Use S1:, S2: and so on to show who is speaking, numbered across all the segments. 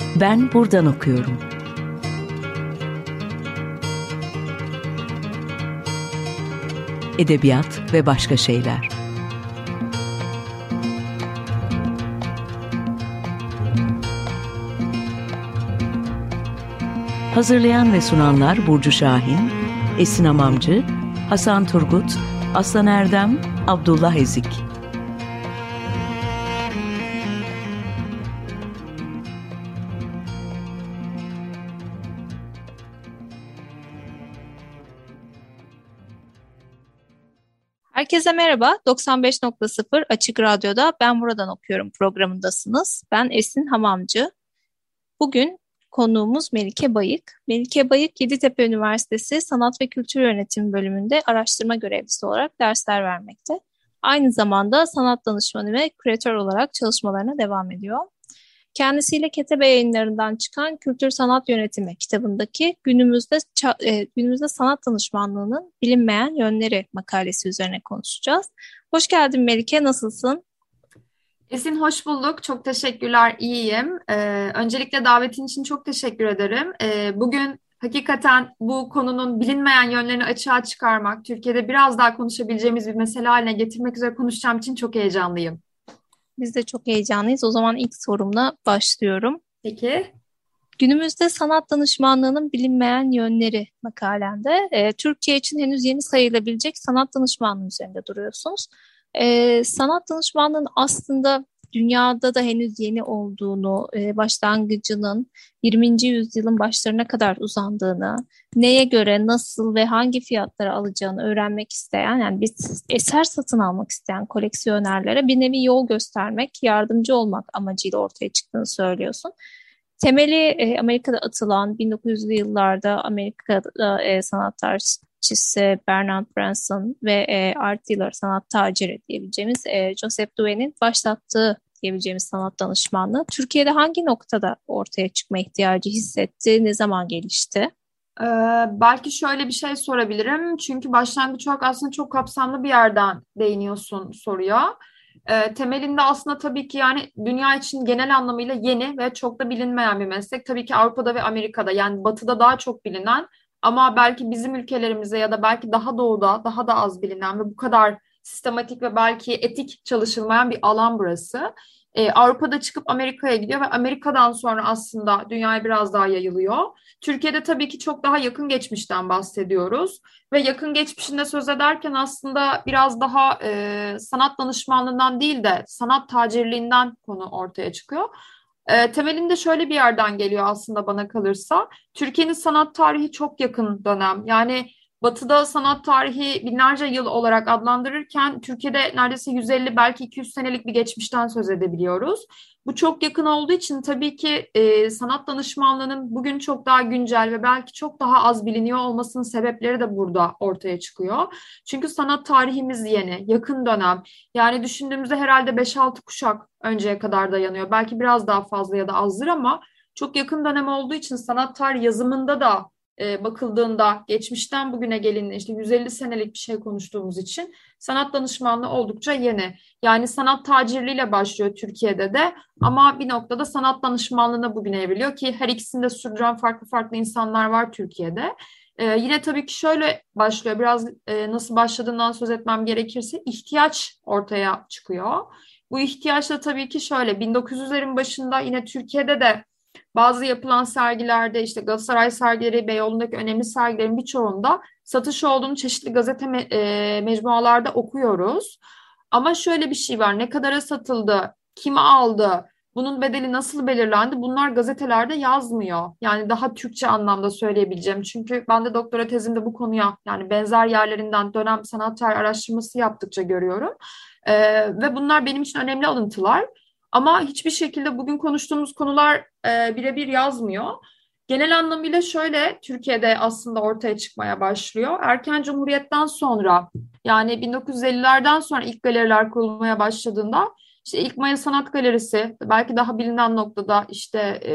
S1: Ben buradan okuyorum. Edebiyat ve başka şeyler. Hazırlayan ve sunanlar Burcu Şahin, Esin Amamcı, Hasan Turgut, Aslan Erdem, Abdullah Ezik.
S2: Herkese merhaba. 95.0 Açık Radyo'da Ben Buradan Okuyorum programındasınız. Ben Esin Hamamcı. Bugün konuğumuz Melike Bayık. Melike Bayık, Yeditepe Üniversitesi Sanat ve Kültür Yönetimi bölümünde araştırma görevlisi olarak dersler vermekte. Aynı zamanda sanat danışmanı ve küratör olarak çalışmalarına devam ediyor. Kendisiyle Ketebe Yayınları'ndan çıkan Kültür Sanat Yönetimi kitabındaki günümüzde sanat danışmanlığının bilinmeyen yönleri makalesi üzerine konuşacağız. Hoş geldin Melike, nasılsın?
S3: Esin, hoş bulduk. Çok teşekkürler, iyiyim. Öncelikle davetin için çok teşekkür ederim. Bugün hakikaten bu konunun bilinmeyen yönlerini açığa çıkarmak, Türkiye'de biraz daha konuşabileceğimiz bir mesele haline getirmek üzere konuşacağım için çok heyecanlıyım.
S2: Biz de çok heyecanlıyız. O zaman ilk sorumla başlıyorum.
S3: Peki.
S2: Günümüzde sanat danışmanlığının bilinmeyen yönleri makalende Türkiye için henüz yeni sayılabilecek sanat danışmanlığı üzerinde duruyorsunuz. Sanat danışmanlığının aslında dünyada da henüz yeni olduğunu, başlangıcının 20. yüzyılın başlarına kadar uzandığını, neye göre, nasıl ve hangi fiyatlara alacağını öğrenmek isteyen, yani bir eser satın almak isteyen koleksiyonerlere bir nevi yol göstermek, yardımcı olmak amacıyla ortaya çıktığını söylüyorsun. Temeli Amerika'da atılan 1900'lü yıllarda Amerika'da sanat tarihçisi Bernard Branson ve art dealer sanat taciri diyebileceğimiz Joseph Douai'nin başlattığı diyebileceğimiz sanat danışmanlığı Türkiye'de hangi noktada ortaya çıkma ihtiyacı hissetti, ne zaman gelişti?
S3: Belki şöyle bir şey sorabilirim. Çünkü başlangıç olarak aslında çok kapsamlı bir yerden değiniyorsun soruya. Temelinde aslında tabii ki yani dünya için genel anlamıyla yeni ve çok da bilinmeyen bir meslek. Tabii ki Avrupa'da ve Amerika'da, yani Batı'da daha çok bilinen ama belki bizim ülkelerimize ya da belki daha doğuda daha da az bilinen ve bu kadar sistematik ve belki etik çalışılmayan bir alan burası. Avrupa'da çıkıp Amerika'ya gidiyor ve Amerika'dan sonra aslında dünyaya biraz daha yayılıyor. Türkiye'de tabii ki çok daha yakın geçmişten bahsediyoruz ve yakın geçmişinde söz ederken aslında biraz daha sanat danışmanlığından değil de sanat tacirliğinden konu ortaya çıkıyor. Temelinde şöyle bir yerden geliyor aslında bana kalırsa. Türkiye'nin sanat tarihi çok yakın dönem. Yani Batı'da sanat tarihi binlerce yıl olarak adlandırırken Türkiye'de neredeyse 150 belki 200 senelik bir geçmişten söz edebiliyoruz. Bu çok yakın olduğu için tabii ki sanat danışmanlığının bugün çok daha güncel ve belki çok daha az biliniyor olmasının sebepleri de burada ortaya çıkıyor. Çünkü sanat tarihimiz yeni, yakın dönem. Yani düşündüğümüzde herhalde 5-6 kuşak önceye kadar dayanıyor. Belki biraz daha fazla ya da azdır ama çok yakın dönem olduğu için sanat tarihi yazımında da bakıldığında geçmişten bugüne gelindiğinde işte 150 senelik bir şey konuştuğumuz için sanat danışmanlığı oldukça yeni. Yani sanat tacirliğiyle başlıyor Türkiye'de de ama bir noktada sanat danışmanlığına bugüne evriliyor ki her ikisini de sürdüren farklı farklı insanlar var Türkiye'de. Yine tabii ki şöyle başlıyor. Biraz nasıl başladığından söz etmem gerekirse ihtiyaç ortaya çıkıyor. Bu ihtiyaç da tabii ki şöyle 1900'lerin başında yine Türkiye'de de bazı yapılan sergilerde işte Galatasaray sergileri, Beyoğlu'ndaki önemli sergilerin birçoğunda satış olduğunu çeşitli gazete mecmualarda okuyoruz. Ama şöyle bir şey var. Ne kadara satıldı, kime aldı, bunun bedeli nasıl belirlendi? Bunlar gazetelerde yazmıyor. Yani daha Türkçe anlamda söyleyebileceğim. Çünkü ben de doktora tezimde bu konuya yani benzer yerlerinden dönem sanat tarihi araştırması yaptıkça görüyorum. Ve bunlar benim için önemli alıntılar. Ama hiçbir şekilde bugün konuştuğumuz konular birebir yazmıyor. Genel anlamıyla şöyle Türkiye'de aslında ortaya çıkmaya başlıyor. Erken Cumhuriyet'ten sonra yani 1950'lerden sonra ilk galeriler kurulmaya başladığında işte ilk Maya Sanat Galerisi belki daha bilinen noktada işte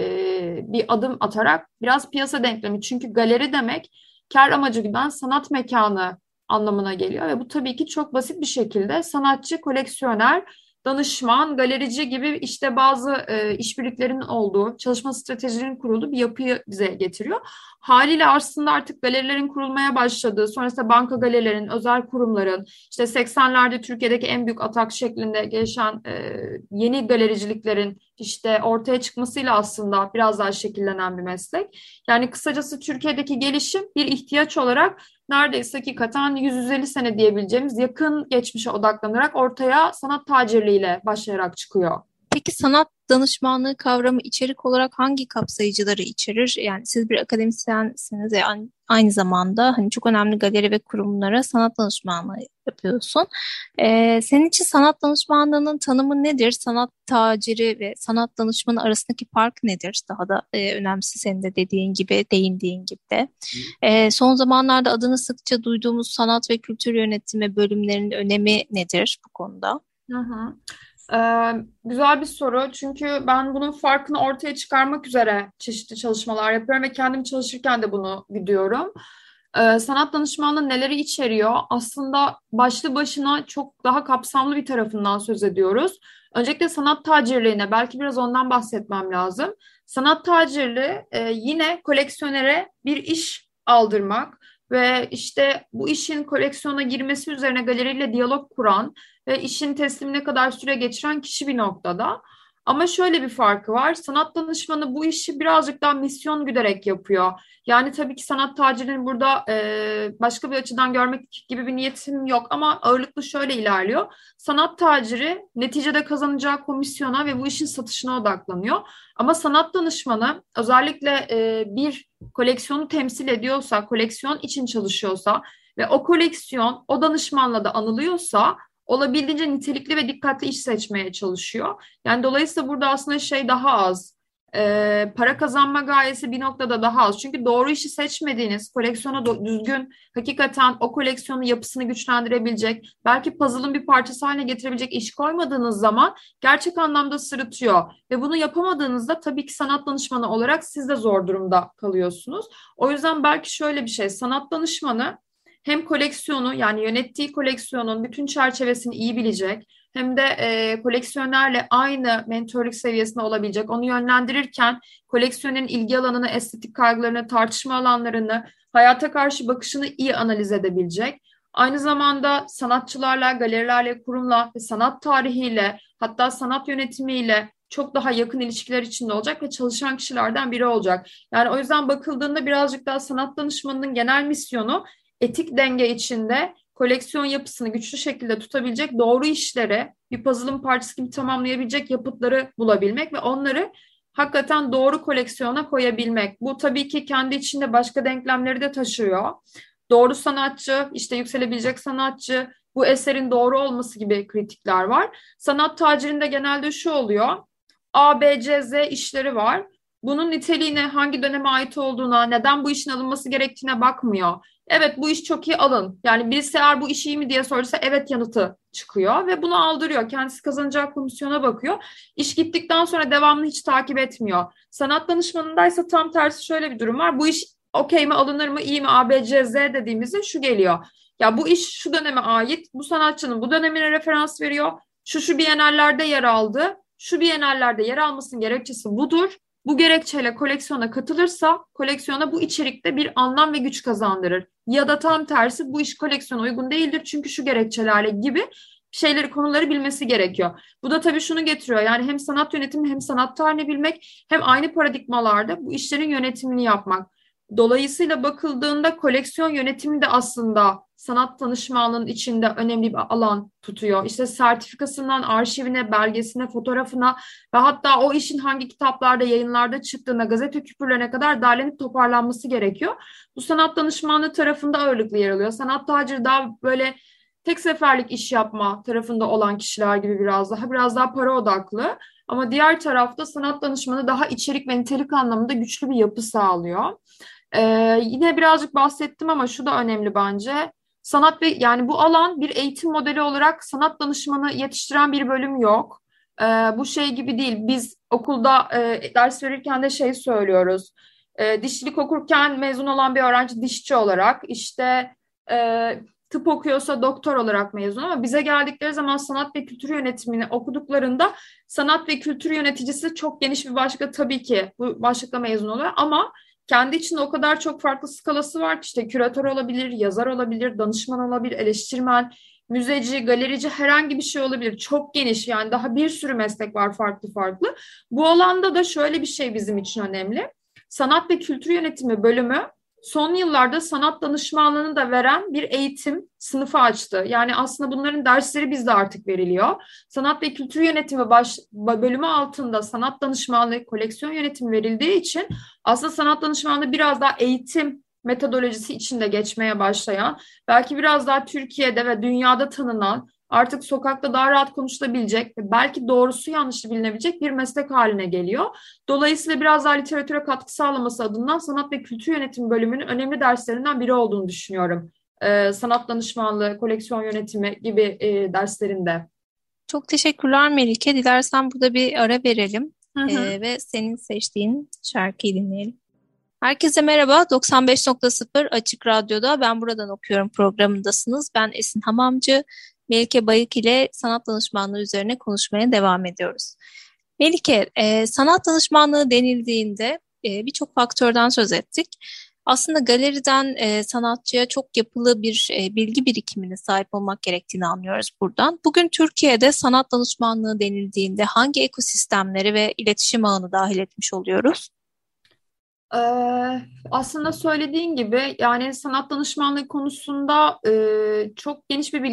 S3: bir adım atarak biraz piyasa denklemi. Çünkü galeri demek kar amacı güden sanat mekanı anlamına geliyor ve bu tabii ki çok basit bir şekilde sanatçı, koleksiyoner danışman, galerici gibi işte bazı işbirliklerinin olduğu, çalışma stratejilerinin kurulduğu bir yapıyı bize getiriyor. Haliyle aslında artık galerilerin kurulmaya başladığı, sonrasında banka galerilerin, özel kurumların, işte 80'lerde Türkiye'deki en büyük atak şeklinde gelişen yeni galericiliklerin işte ortaya çıkmasıyla aslında biraz daha şekillenen bir meslek. Yani kısacası Türkiye'deki gelişim bir ihtiyaç olarak neredeyse hakikaten 100-150 sene diyebileceğimiz yakın geçmişe odaklanarak ortaya sanat tacirliğiyle başlayarak çıkıyor.
S2: Peki sanat danışmanlığı kavramı içerik olarak hangi kapsayıcıları içerir? Yani siz bir akademisyensiniz ve aynı zamanda hani çok önemli galeri ve kurumlara sanat danışmanlığı yapıyorsun. Senin için sanat danışmanlığının tanımı nedir? Sanat taciri ve sanat danışmanı arasındaki fark nedir? Daha da önemlisi senin de dediğin gibi, değindiğin gibi de. Son zamanlarda adını sıkça duyduğumuz sanat ve kültür yönetimi bölümlerinin önemi nedir bu konuda?
S3: Hı hı. Güzel bir soru. Çünkü ben bunun farkını ortaya çıkarmak üzere çeşitli çalışmalar yapıyorum ve kendim çalışırken de bunu gidiyorum. Sanat danışmanlığı neleri içeriyor? Aslında başlı başına çok daha kapsamlı bir tarafından söz ediyoruz. Öncelikle sanat tacirliğine belki biraz ondan bahsetmem lazım. Sanat tacirliği yine koleksiyonere bir iş aldırmak ve işte bu işin koleksiyona girmesi üzerine galeriyle diyalog kuran ve işin teslimine kadar süre geçiren kişi bir noktada. Ama şöyle bir farkı var. Sanat danışmanı bu işi birazcık daha misyon güderek yapıyor. Yani tabii ki sanat tacirinin burada başka bir açıdan görmek gibi bir niyetim yok ama ağırlıklı şöyle ilerliyor. Sanat taciri neticede kazanacağı komisyona ve bu işin satışına odaklanıyor. Ama sanat danışmanı özellikle bir koleksiyonu temsil ediyorsa, koleksiyon için çalışıyorsa ve o koleksiyon o danışmanla da anılıyorsa olabildiğince nitelikli ve dikkatli iş seçmeye çalışıyor. Yani dolayısıyla burada aslında şey daha az. Para kazanma gayesi bir noktada daha az. Çünkü doğru işi seçmediğiniz, koleksiyona düzgün, hakikaten o koleksiyonun yapısını güçlendirebilecek, belki puzzle'ın bir parçası haline getirebilecek iş koymadığınız zaman gerçek anlamda sırıtıyor. Ve bunu yapamadığınızda tabii ki sanat danışmanı olarak siz de zor durumda kalıyorsunuz. O yüzden belki şöyle bir şey, sanat danışmanı hem koleksiyonu yani yönettiği koleksiyonun bütün çerçevesini iyi bilecek hem de koleksiyonerle aynı mentörlük seviyesinde olabilecek. Onu yönlendirirken koleksiyonerin ilgi alanını, estetik kaygılarını, tartışma alanlarını, hayata karşı bakışını iyi analiz edebilecek. Aynı zamanda sanatçılarla, galerilerle, kurumla ve sanat tarihiyle hatta sanat yönetimiyle çok daha yakın ilişkiler içinde olacak ve çalışan kişilerden biri olacak. Yani o yüzden bakıldığında birazcık daha sanat danışmanının genel misyonu etik denge içinde koleksiyon yapısını güçlü şekilde tutabilecek doğru işlere bir puzzle'ın parçası gibi tamamlayabilecek yapıtları bulabilmek ve onları hakikaten doğru koleksiyona koyabilmek. Bu tabii ki kendi içinde başka denklemleri de taşıyor. Doğru sanatçı, işte yükselebilecek sanatçı, bu eserin doğru olması gibi kritikler var. Sanat tacirinde genelde şu oluyor. A, B, C, Z işleri var. Bunun niteliğine, hangi döneme ait olduğuna, neden bu işin alınması gerektiğine bakmıyor. Evet bu iş çok iyi alın. Yani birisi eğer bu iş iyi mi diye sorsa evet yanıtı çıkıyor ve bunu aldırıyor. Kendisi kazanacağı komisyona bakıyor. İş gittikten sonra devamlı hiç takip etmiyor. Sanat danışmanındaysa tam tersi şöyle bir durum var. Bu iş okey mi alınır mı iyi mi A, B, C, Z dediğimizde şu geliyor. Ya bu iş şu döneme ait. Bu sanatçının bu dönemine referans veriyor. Şu bienallerde yer aldı. Şu bienallerde yer almasının gerekçesi budur. Bu gerekçeyle koleksiyona katılırsa koleksiyona bu içerikte bir anlam ve güç kazandırır. Ya da tam tersi bu iş koleksiyona uygun değildir çünkü şu gerekçelerle gibi şeyleri konuları bilmesi gerekiyor. Bu da tabii şunu getiriyor yani hem sanat yönetimi hem sanat tarihini bilmek hem aynı paradigmalarda bu işlerin yönetimini yapmak. Dolayısıyla bakıldığında koleksiyon yönetimi de aslında sanat danışmanlığının içinde önemli bir alan tutuyor. İşte sertifikasından arşivine, belgesine, fotoğrafına ve hatta o işin hangi kitaplarda, yayınlarda çıktığına, gazete küpürlerine kadar derlenip toparlanması gerekiyor. Bu sanat danışmanlığı tarafında ağırlıklı yer alıyor. Sanat taciri daha böyle tek seferlik iş yapma tarafında olan kişiler gibi biraz daha para odaklı. Ama diğer tarafta sanat danışmanı daha içerik ve nitelik anlamında güçlü bir yapı sağlıyor. Yine birazcık bahsettim ama şu da önemli bence. Sanat ve yani bu alan bir eğitim modeli olarak sanat danışmanı yetiştiren bir bölüm yok. Bu şey gibi değil. Biz okulda ders verirken de şey söylüyoruz. Dişçilik okurken mezun olan bir öğrenci dişçi olarak işte tıp okuyorsa doktor olarak mezun, ama bize geldikleri zaman sanat ve kültür yönetimini okuduklarında sanat ve kültür yöneticisi çok geniş bir başlık, tabii ki bu başlıkla mezun oluyor ama kendi içinde o kadar çok farklı skalası var ki işte küratör olabilir, yazar olabilir, danışman olabilir, eleştirmen, müzeci, galerici, herhangi bir şey olabilir. Çok geniş, yani daha bir sürü meslek var farklı farklı. Bu alanda da şöyle bir şey bizim için önemli. Sanat ve kültür yönetimi bölümü son yıllarda sanat danışmanlığını da veren bir eğitim sınıfı açtı. Yani aslında bunların dersleri bizde artık veriliyor. Sanat ve kültür yönetimi bölümü altında sanat danışmanlığı, koleksiyon yönetimi verildiği için aslında sanat danışmanlığı biraz daha eğitim metodolojisi içinde geçmeye başlayan, belki biraz daha Türkiye'de ve dünyada tanınan, artık sokakta daha rahat konuşulabilecek ve belki doğrusu yanlışı bilinebilecek bir meslek haline geliyor. Dolayısıyla biraz daha literatüre katkı sağlaması adından sanat ve kültür yönetimi bölümünün önemli derslerinden biri olduğunu düşünüyorum. Sanat danışmanlığı, koleksiyon yönetimi gibi derslerinde.
S2: Çok teşekkürler Melike. Dilersen burada bir ara verelim
S3: Hı hı.
S2: ve senin seçtiğin şarkıyı dinleyelim. Herkese merhaba. 95.0 Açık Radyo'da Ben Buradan Okuyorum programındasınız. Ben Esin Hamamcı. Melike Bayık ile sanat danışmanlığı üzerine konuşmaya devam ediyoruz. Melike, sanat danışmanlığı denildiğinde birçok faktörden söz ettik. Aslında galeriden sanatçıya çok yapılı bir bilgi birikimine sahip olmak gerektiğini anlıyoruz buradan. Bugün Türkiye'de sanat danışmanlığı denildiğinde hangi ekosistemleri ve iletişim ağını dahil etmiş oluyoruz?
S3: Aslında söylediğin gibi yani sanat danışmanlığı konusunda çok geniş bir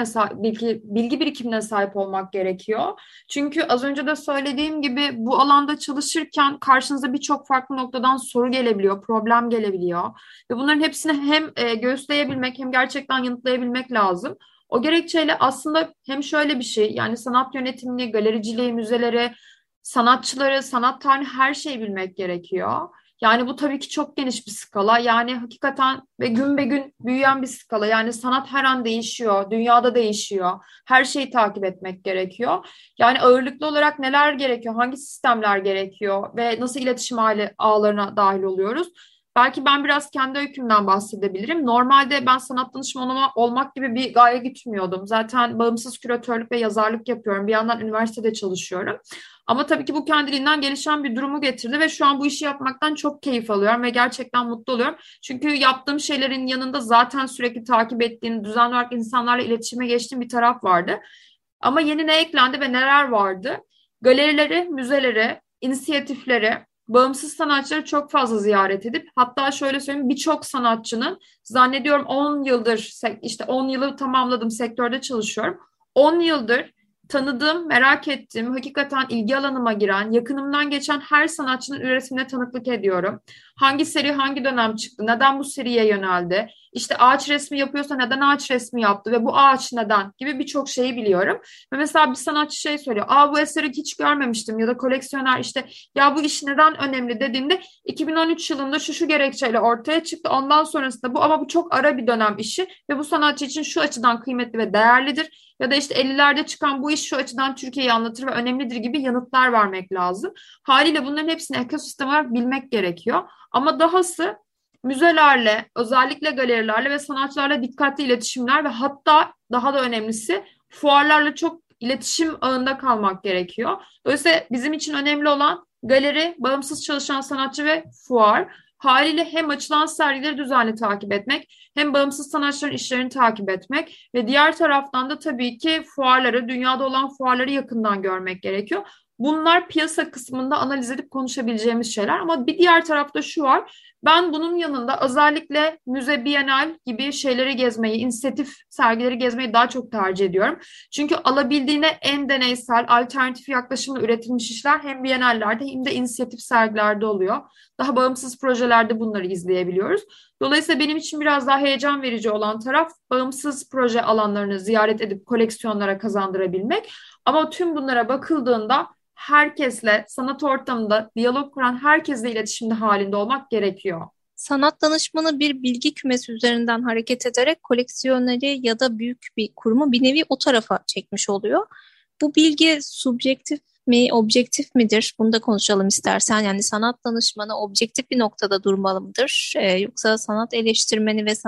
S3: bilgi birikimine sahip olmak gerekiyor. Çünkü az önce de söylediğim gibi bu alanda çalışırken karşınıza birçok farklı noktadan soru gelebiliyor, problem gelebiliyor ve bunların hepsini hem göğüsleyebilmek hem gerçekten yanıtlayabilmek lazım. O gerekçeyle aslında hem şöyle bir şey, yani sanat yönetimini, galericiliği, müzeleri, sanatçıları, sanat tarihini, her şeyi bilmek gerekiyor. Yani bu tabii ki çok geniş bir skala. Yani hakikaten ve gün be gün büyüyen bir skala. Yani sanat her an değişiyor, dünyada değişiyor. Her şeyi takip etmek gerekiyor. Yani ağırlıklı olarak neler gerekiyor, hangi sistemler gerekiyor ve nasıl iletişim ağlarına dahil oluyoruz? Belki ben biraz kendi öykümden bahsedebilirim. Normalde ben sanat danışmanı olmak gibi bir gaye gütmüyordum. Zaten bağımsız küratörlük ve yazarlık yapıyorum. Bir yandan üniversitede çalışıyorum. Ama tabii ki bu kendiliğinden gelişen bir durumu getirdi ve şu an bu işi yapmaktan çok keyif alıyorum ve gerçekten mutlu oluyorum. Çünkü yaptığım şeylerin yanında zaten sürekli takip ettiğim, düzenli olarak insanlarla iletişime geçtiğim bir taraf vardı. Ama yeni ne eklendi ve neler vardı? Galerileri, müzeleri, inisiyatifleri, bağımsız sanatçıları çok fazla ziyaret edip, hatta şöyle söyleyeyim, birçok sanatçının, zannediyorum 10 yıldır, işte 10 yılı tamamladım, sektörde çalışıyorum. 10 yıldır tanıdığım, merak ettiğim, hakikaten ilgi alanıma giren, yakınımdan geçen her sanatçının üretimine tanıklık ediyorum. Hangi seri hangi dönem çıktı? Neden bu seriye yöneldi? İşte ağaç resmi yapıyorsa neden ağaç resmi yaptı ve bu ağaç neden gibi birçok şeyi biliyorum. Ve mesela bir sanatçı şey söylüyor. Bu eseri hiç görmemiştim, ya da koleksiyoner işte ya bu iş neden önemli dediğinde 2013 yılında şu gerekçeyle ortaya çıktı. Ondan sonrasında bu, ama bu çok ara bir dönem işi ve bu sanatçı için şu açıdan kıymetli ve değerlidir. Ya da işte 50'lerde çıkan bu iş şu açıdan Türkiye'yi anlatır ve önemlidir gibi yanıtlar vermek lazım. Haliyle bunların hepsini ekosistem olarak bilmek gerekiyor. Ama dahası müzelerle, özellikle galerilerle ve sanatçılarla dikkatli iletişimler ve hatta daha da önemlisi fuarlarla çok iletişim ağında kalmak gerekiyor. Dolayısıyla bizim için önemli olan galeri, bağımsız çalışan sanatçı ve fuar. Haliyle hem açılan sergileri düzenli takip etmek, hem bağımsız sanatçıların işlerini takip etmek ve diğer taraftan da tabii ki fuarları, dünyada olan fuarları yakından görmek gerekiyor. Bunlar piyasa kısmında analiz edip konuşabileceğimiz şeyler, ama bir diğer tarafta şu var. Ben bunun yanında özellikle müze, bienal gibi şeyleri gezmeyi, inisiyatif sergileri gezmeyi daha çok tercih ediyorum. Çünkü alabildiğine en deneysel, alternatif yaklaşımla üretilmiş işler hem bienallerde hem de inisiyatif sergilerde oluyor. Daha bağımsız projelerde bunları izleyebiliyoruz. Dolayısıyla benim için biraz daha heyecan verici olan taraf bağımsız proje alanlarını ziyaret edip koleksiyonlara kazandırabilmek. Ama tüm bunlara bakıldığında herkesle, sanat ortamında diyalog kuran herkesle iletişimde halinde olmak gerekiyor.
S2: Sanat danışmanı bir bilgi kümesi üzerinden hareket ederek koleksiyoneri ya da büyük bir kurumu bir nevi o tarafa çekmiş oluyor. Bu bilgi subjektif mi, objektif midir? Bunu da konuşalım istersen. Yani sanat danışmanı objektif bir noktada durmalı mıdır? Yoksa sanat eleştirmeni ve sanat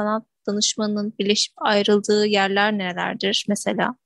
S2: danışmanının birleşip ayrıldığı yerler nelerdir mesela?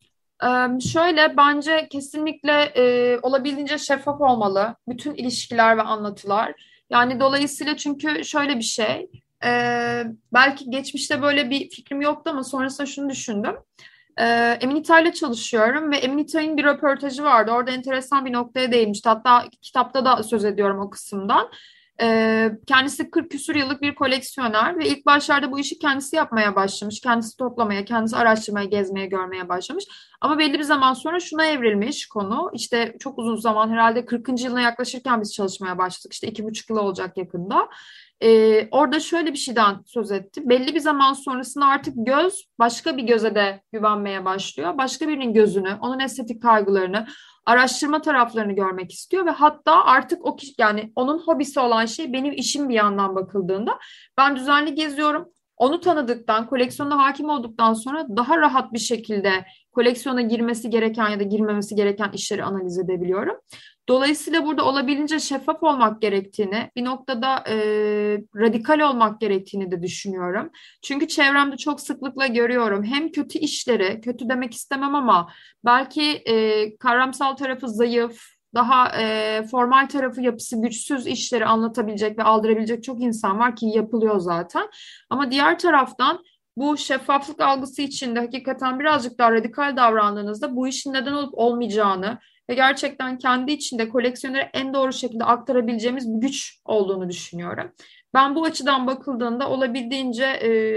S3: Şöyle bence kesinlikle olabildiğince şeffaf olmalı bütün ilişkiler ve anlatılar. Yani dolayısıyla çünkü şöyle bir şey, belki geçmişte böyle bir fikrim yoktu ama sonrasında şunu düşündüm. Eminita ile çalışıyorum ve Eminita'nın bir röportajı vardı. Orada enteresan bir noktaya değinmişti. Hatta kitapta da söz ediyorum o kısımdan. Kendisi 40 küsur yıllık bir koleksiyoner ve ilk başlarda bu işi kendisi yapmaya başlamış. Kendisi toplamaya, kendisi araştırmaya, gezmeye, görmeye başlamış. Ama belli bir zaman sonra şuna evrilmiş konu. İşte çok uzun zaman, herhalde 40. yılına yaklaşırken biz çalışmaya başladık. İşte 2,5 yıl olacak yakında. Orada şöyle bir şeyden söz etti. Belli bir zaman sonrasında artık göz başka bir göze de güvenmeye başlıyor. Başka birinin gözünü, onun estetik kaygılarını, araştırma taraflarını görmek istiyor ve hatta artık o kişi, yani onun hobisi olan şey benim işim bir yandan bakıldığında. Ben düzenli geziyorum. Onu tanıdıktan, koleksiyona hakim olduktan sonra daha rahat bir şekilde koleksiyona girmesi gereken ya da girmemesi gereken işleri analiz edebiliyorum. Dolayısıyla burada olabildiğince şeffaf olmak gerektiğini, bir noktada radikal olmak gerektiğini de düşünüyorum. Çünkü çevremde çok sıklıkla görüyorum. Hem kötü işleri, kötü demek istemem ama belki kavramsal tarafı zayıf, daha formal tarafı, yapısı güçsüz işleri anlatabilecek ve aldırabilecek çok insan var ki yapılıyor zaten. Ama diğer taraftan bu şeffaflık algısı içinde hakikaten birazcık daha radikal davrandığınızda bu işin neden olup olmayacağını ve gerçekten kendi içinde koleksiyonere en doğru şekilde aktarabileceğimiz bir güç olduğunu düşünüyorum. Ben bu açıdan bakıldığında olabildiğince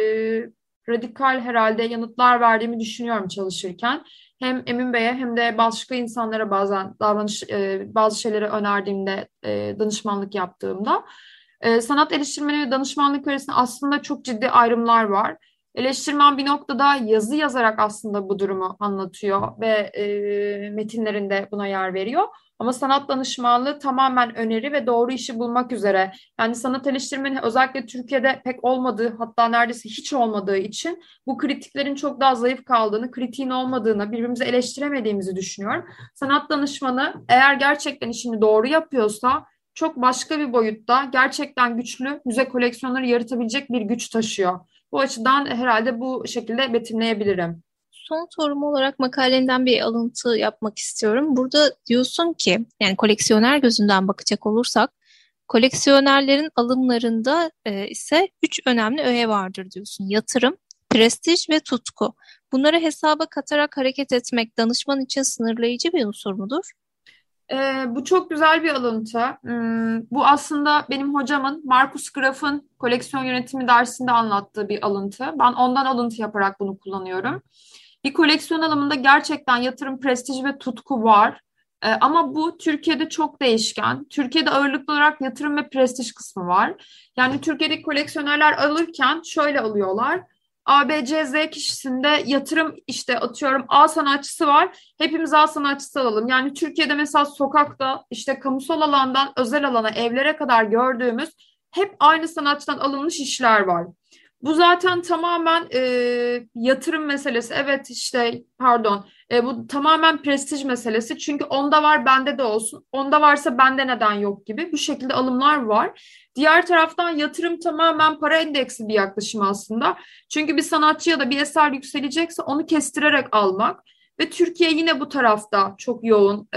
S3: radikal herhalde yanıtlar verdiğimi düşünüyorum çalışırken. Hem Emin Bey'e hem de başka insanlara bazen bazı şeyleri önerdiğimde, danışmanlık yaptığımda. Sanat eleştirmeni ve danışmanlık arasında aslında çok ciddi ayrımlar var. Eleştirmen bir noktada yazı yazarak aslında bu durumu anlatıyor ve metinlerinde buna yer veriyor. Ama sanat danışmanlığı tamamen öneri ve doğru işi bulmak üzere. Yani sanat eleştirmeni özellikle Türkiye'de pek olmadığı, hatta neredeyse hiç olmadığı için bu kritiklerin çok daha zayıf kaldığını, kritiğin olmadığını, birbirimizi eleştiremediğimizi düşünüyorum. Sanat danışmanı eğer gerçekten işini doğru yapıyorsa çok başka bir boyutta gerçekten güçlü müze koleksiyonları yaratabilecek bir güç taşıyor. Bu açıdan herhalde bu şekilde betimleyebilirim.
S2: Son sorum olarak makalenden bir alıntı yapmak istiyorum. Burada diyorsun ki, yani koleksiyoner gözünden bakacak olursak, koleksiyonerlerin alımlarında ise üç önemli öğe vardır diyorsun. Yatırım, prestij ve tutku. Bunları hesaba katarak hareket etmek danışman için sınırlayıcı bir unsur mudur?
S3: Bu çok güzel bir alıntı. Bu aslında benim hocamın Markus Graf'ın koleksiyon yönetimi dersinde anlattığı bir alıntı. Ben ondan alıntı yaparak bunu kullanıyorum. Bir koleksiyon alımında gerçekten yatırım, prestij ve tutku var. Ama bu Türkiye'de çok değişken. Türkiye'de ağırlıklı olarak yatırım ve prestij kısmı var. Yani Türkiye'deki koleksiyonerler alırken şöyle alıyorlar. A, B, C, Z kişisinde yatırım, işte atıyorum A sanatçısı var. Hepimiz A sanatçısı alalım. Yani Türkiye'de mesela sokakta işte kamusal alandan özel alana, evlere kadar gördüğümüz hep aynı sanatçıdan alınmış işler var. Bu zaten tamamen yatırım meselesi. Evet işte pardon, bu tamamen prestij meselesi. Çünkü onda var bende de olsun. Onda varsa bende neden yok gibi. Bu şekilde alımlar var. Diğer taraftan yatırım tamamen para endeksi bir yaklaşım aslında. Çünkü bir sanatçı ya da bir eser yükselecekse onu kestirerek almak. Ve Türkiye yine bu tarafta çok yoğun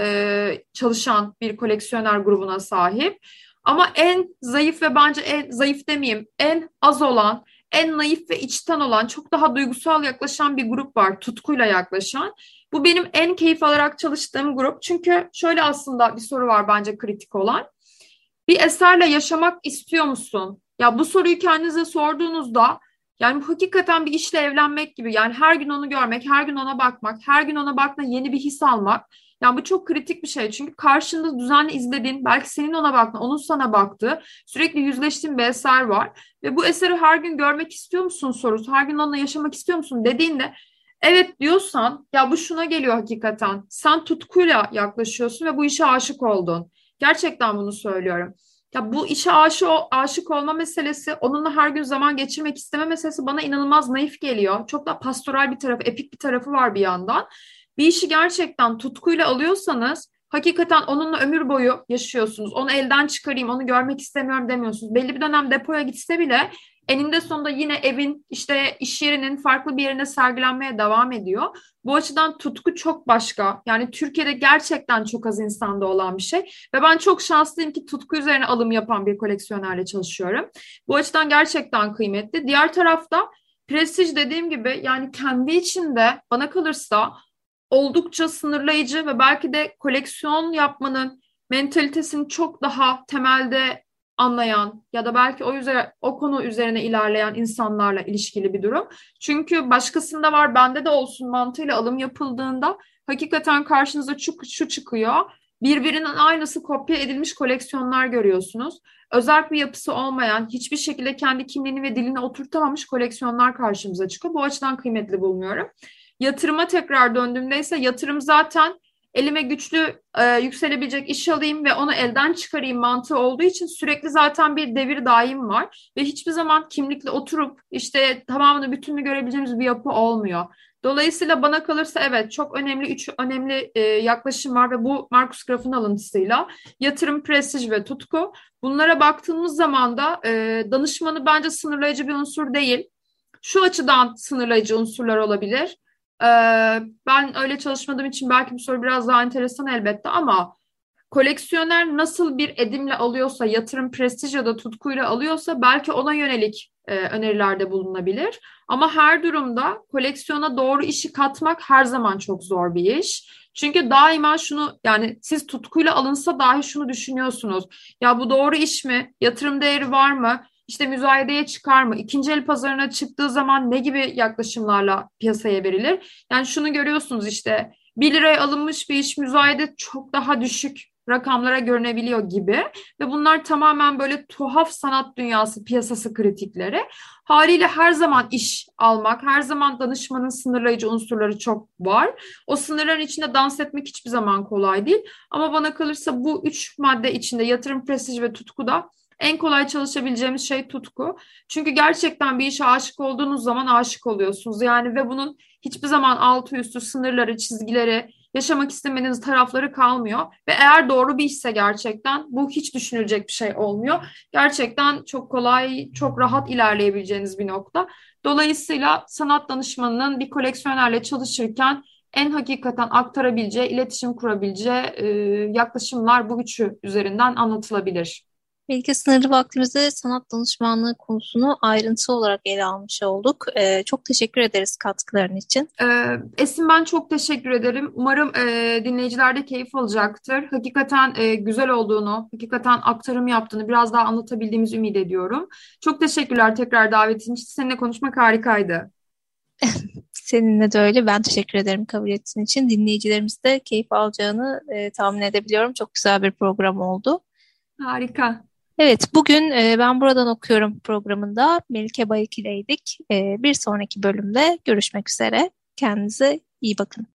S3: çalışan bir koleksiyoner grubuna sahip. Ama en zayıf ve bence en zayıf demeyeyim, en az olan, en naif ve içten olan, çok daha duygusal yaklaşan bir grup var, tutkuyla yaklaşan. Bu benim en keyif alarak çalıştığım grup. Çünkü şöyle aslında bir soru var bence kritik olan. Bir eserle yaşamak istiyor musun? Ya bu soruyu kendinize sorduğunuzda, yani bu hakikaten bir işle evlenmek gibi. Yani her gün onu görmek, her gün ona bakmak, her gün ona bakma yeni bir his almak. Yani bu çok kritik bir şey. Çünkü karşında düzenli izlediğin, belki senin ona baktığın, onun sana baktığı, sürekli yüzleştiğin bir eser var. Ve bu eseri her gün görmek istiyor musun sorusu, her gün onunla yaşamak istiyor musun dediğinde evet diyorsan, ya bu şuna geliyor hakikaten. Sen tutkuyla yaklaşıyorsun ve bu işe aşık oldun. Gerçekten bunu söylüyorum. Ya bu işe aşık olma meselesi, onunla her gün zaman geçirmek isteme meselesi bana inanılmaz naif geliyor. Çok da pastoral bir tarafı, epik bir tarafı var bir yandan. Bir işi gerçekten tutkuyla alıyorsanız hakikaten onunla ömür boyu yaşıyorsunuz. Onu elden çıkarayım, onu görmek istemiyorum demiyorsunuz. Belli bir dönem depoya gitse bile Eninde sonunda yine evin, işte iş yerinin farklı bir yerine sergilenmeye devam ediyor. Bu açıdan tutku çok başka. Yani Türkiye'de gerçekten çok az insanda olan bir şey. Ve ben çok şanslıyım ki tutku üzerine alım yapan bir koleksiyonerle çalışıyorum. Bu açıdan gerçekten kıymetli. Diğer tarafta prestij, dediğim gibi, yani kendi içinde bana kalırsa oldukça sınırlayıcı ve belki de koleksiyon yapmanın mentalitesini çok daha temelde anlayan ya da belki o konu üzerine ilerleyen insanlarla ilişkili bir durum. Çünkü başkasında var, bende de olsun mantığıyla alım yapıldığında hakikaten karşınıza şu çıkıyor. Birbirinin aynısı kopya edilmiş koleksiyonlar görüyorsunuz. Özel bir yapısı olmayan, hiçbir şekilde kendi kimliğini ve dilini oturtamamış koleksiyonlar karşımıza çıkıyor. Bu açıdan kıymetli bulmuyorum. Yatırıma tekrar döndüğümde ise yatırım zaten elime güçlü yükselebilecek iş alayım ve onu elden çıkarayım mantığı olduğu için sürekli zaten bir devir daim var ve hiçbir zaman kimlikle oturup işte tamamını, bütününü görebileceğimiz bir yapı olmuyor. Dolayısıyla bana kalırsa evet, çok önemli, üç önemli yaklaşım var ve bu Marcus Graf'ın alıntısıyla yatırım, prestij ve tutku. Bunlara baktığımız zaman da danışmanı bence sınırlayıcı bir unsur değil. Şu açıdan sınırlayıcı unsurlar olabilir. Ben öyle çalışmadığım için belki bu soru biraz daha enteresan elbette, ama koleksiyoner nasıl bir edimle alıyorsa, yatırım, prestij ya da tutkuyla alıyorsa belki ona yönelik önerilerde bulunabilir. Ama her durumda koleksiyona doğru işi katmak her zaman çok zor bir iş. Çünkü daima şunu, yani siz tutkuyla alınsa dahi şunu düşünüyorsunuz. Ya bu doğru iş mi? Yatırım değeri var mı? İşte müzayedeye çıkar mı? İkinci el pazarına çıktığı zaman ne gibi yaklaşımlarla piyasaya verilir? Yani şunu görüyorsunuz, işte 1 liraya alınmış bir iş müzayede çok daha düşük rakamlara görünebiliyor gibi ve bunlar tamamen böyle tuhaf sanat dünyası piyasası kritikleri. Haliyle her zaman iş almak, her zaman danışmanın sınırlayıcı unsurları çok var. O sınırların içinde dans etmek hiçbir zaman kolay değil. Ama bana kalırsa bu 3 madde içinde yatırım, prestij ve tutku da en kolay çalışabileceğimiz şey tutku. Çünkü gerçekten bir işe aşık olduğunuz zaman aşık oluyorsunuz. Yani ve bunun hiçbir zaman altı üstü sınırları, çizgileri, yaşamak istemediğiniz tarafları kalmıyor. Ve eğer doğru bir işse gerçekten bu hiç düşünülecek bir şey olmuyor. Gerçekten çok kolay, çok rahat ilerleyebileceğiniz bir nokta. Dolayısıyla sanat danışmanının bir koleksiyonerle çalışırken en hakikaten aktarabileceği, iletişim kurabileceği yaklaşımlar bu üçü üzerinden anlatılabilir.
S2: Bilgi sınırlı vaktimizde sanat danışmanlığı konusunu ayrıntı olarak ele almış olduk. Çok teşekkür ederiz katkıların için.
S3: Esin, ben çok teşekkür ederim. Umarım dinleyiciler de keyif alacaktır. Hakikaten güzel olduğunu, hakikaten aktarım yaptığını biraz daha anlatabildiğimizi ümit ediyorum. Çok teşekkürler tekrar davetin için. Seninle konuşmak harikaydı.
S2: Seninle de öyle. Ben teşekkür ederim kabul ettiğin için. Dinleyicilerimiz de keyif alacağını tahmin edebiliyorum. Çok güzel bir program oldu.
S3: Harika.
S2: Evet, bugün Ben Buradan Okuyorum programında Melike Bayık ileydik. Bir sonraki bölümde görüşmek üzere. Kendinize iyi bakın.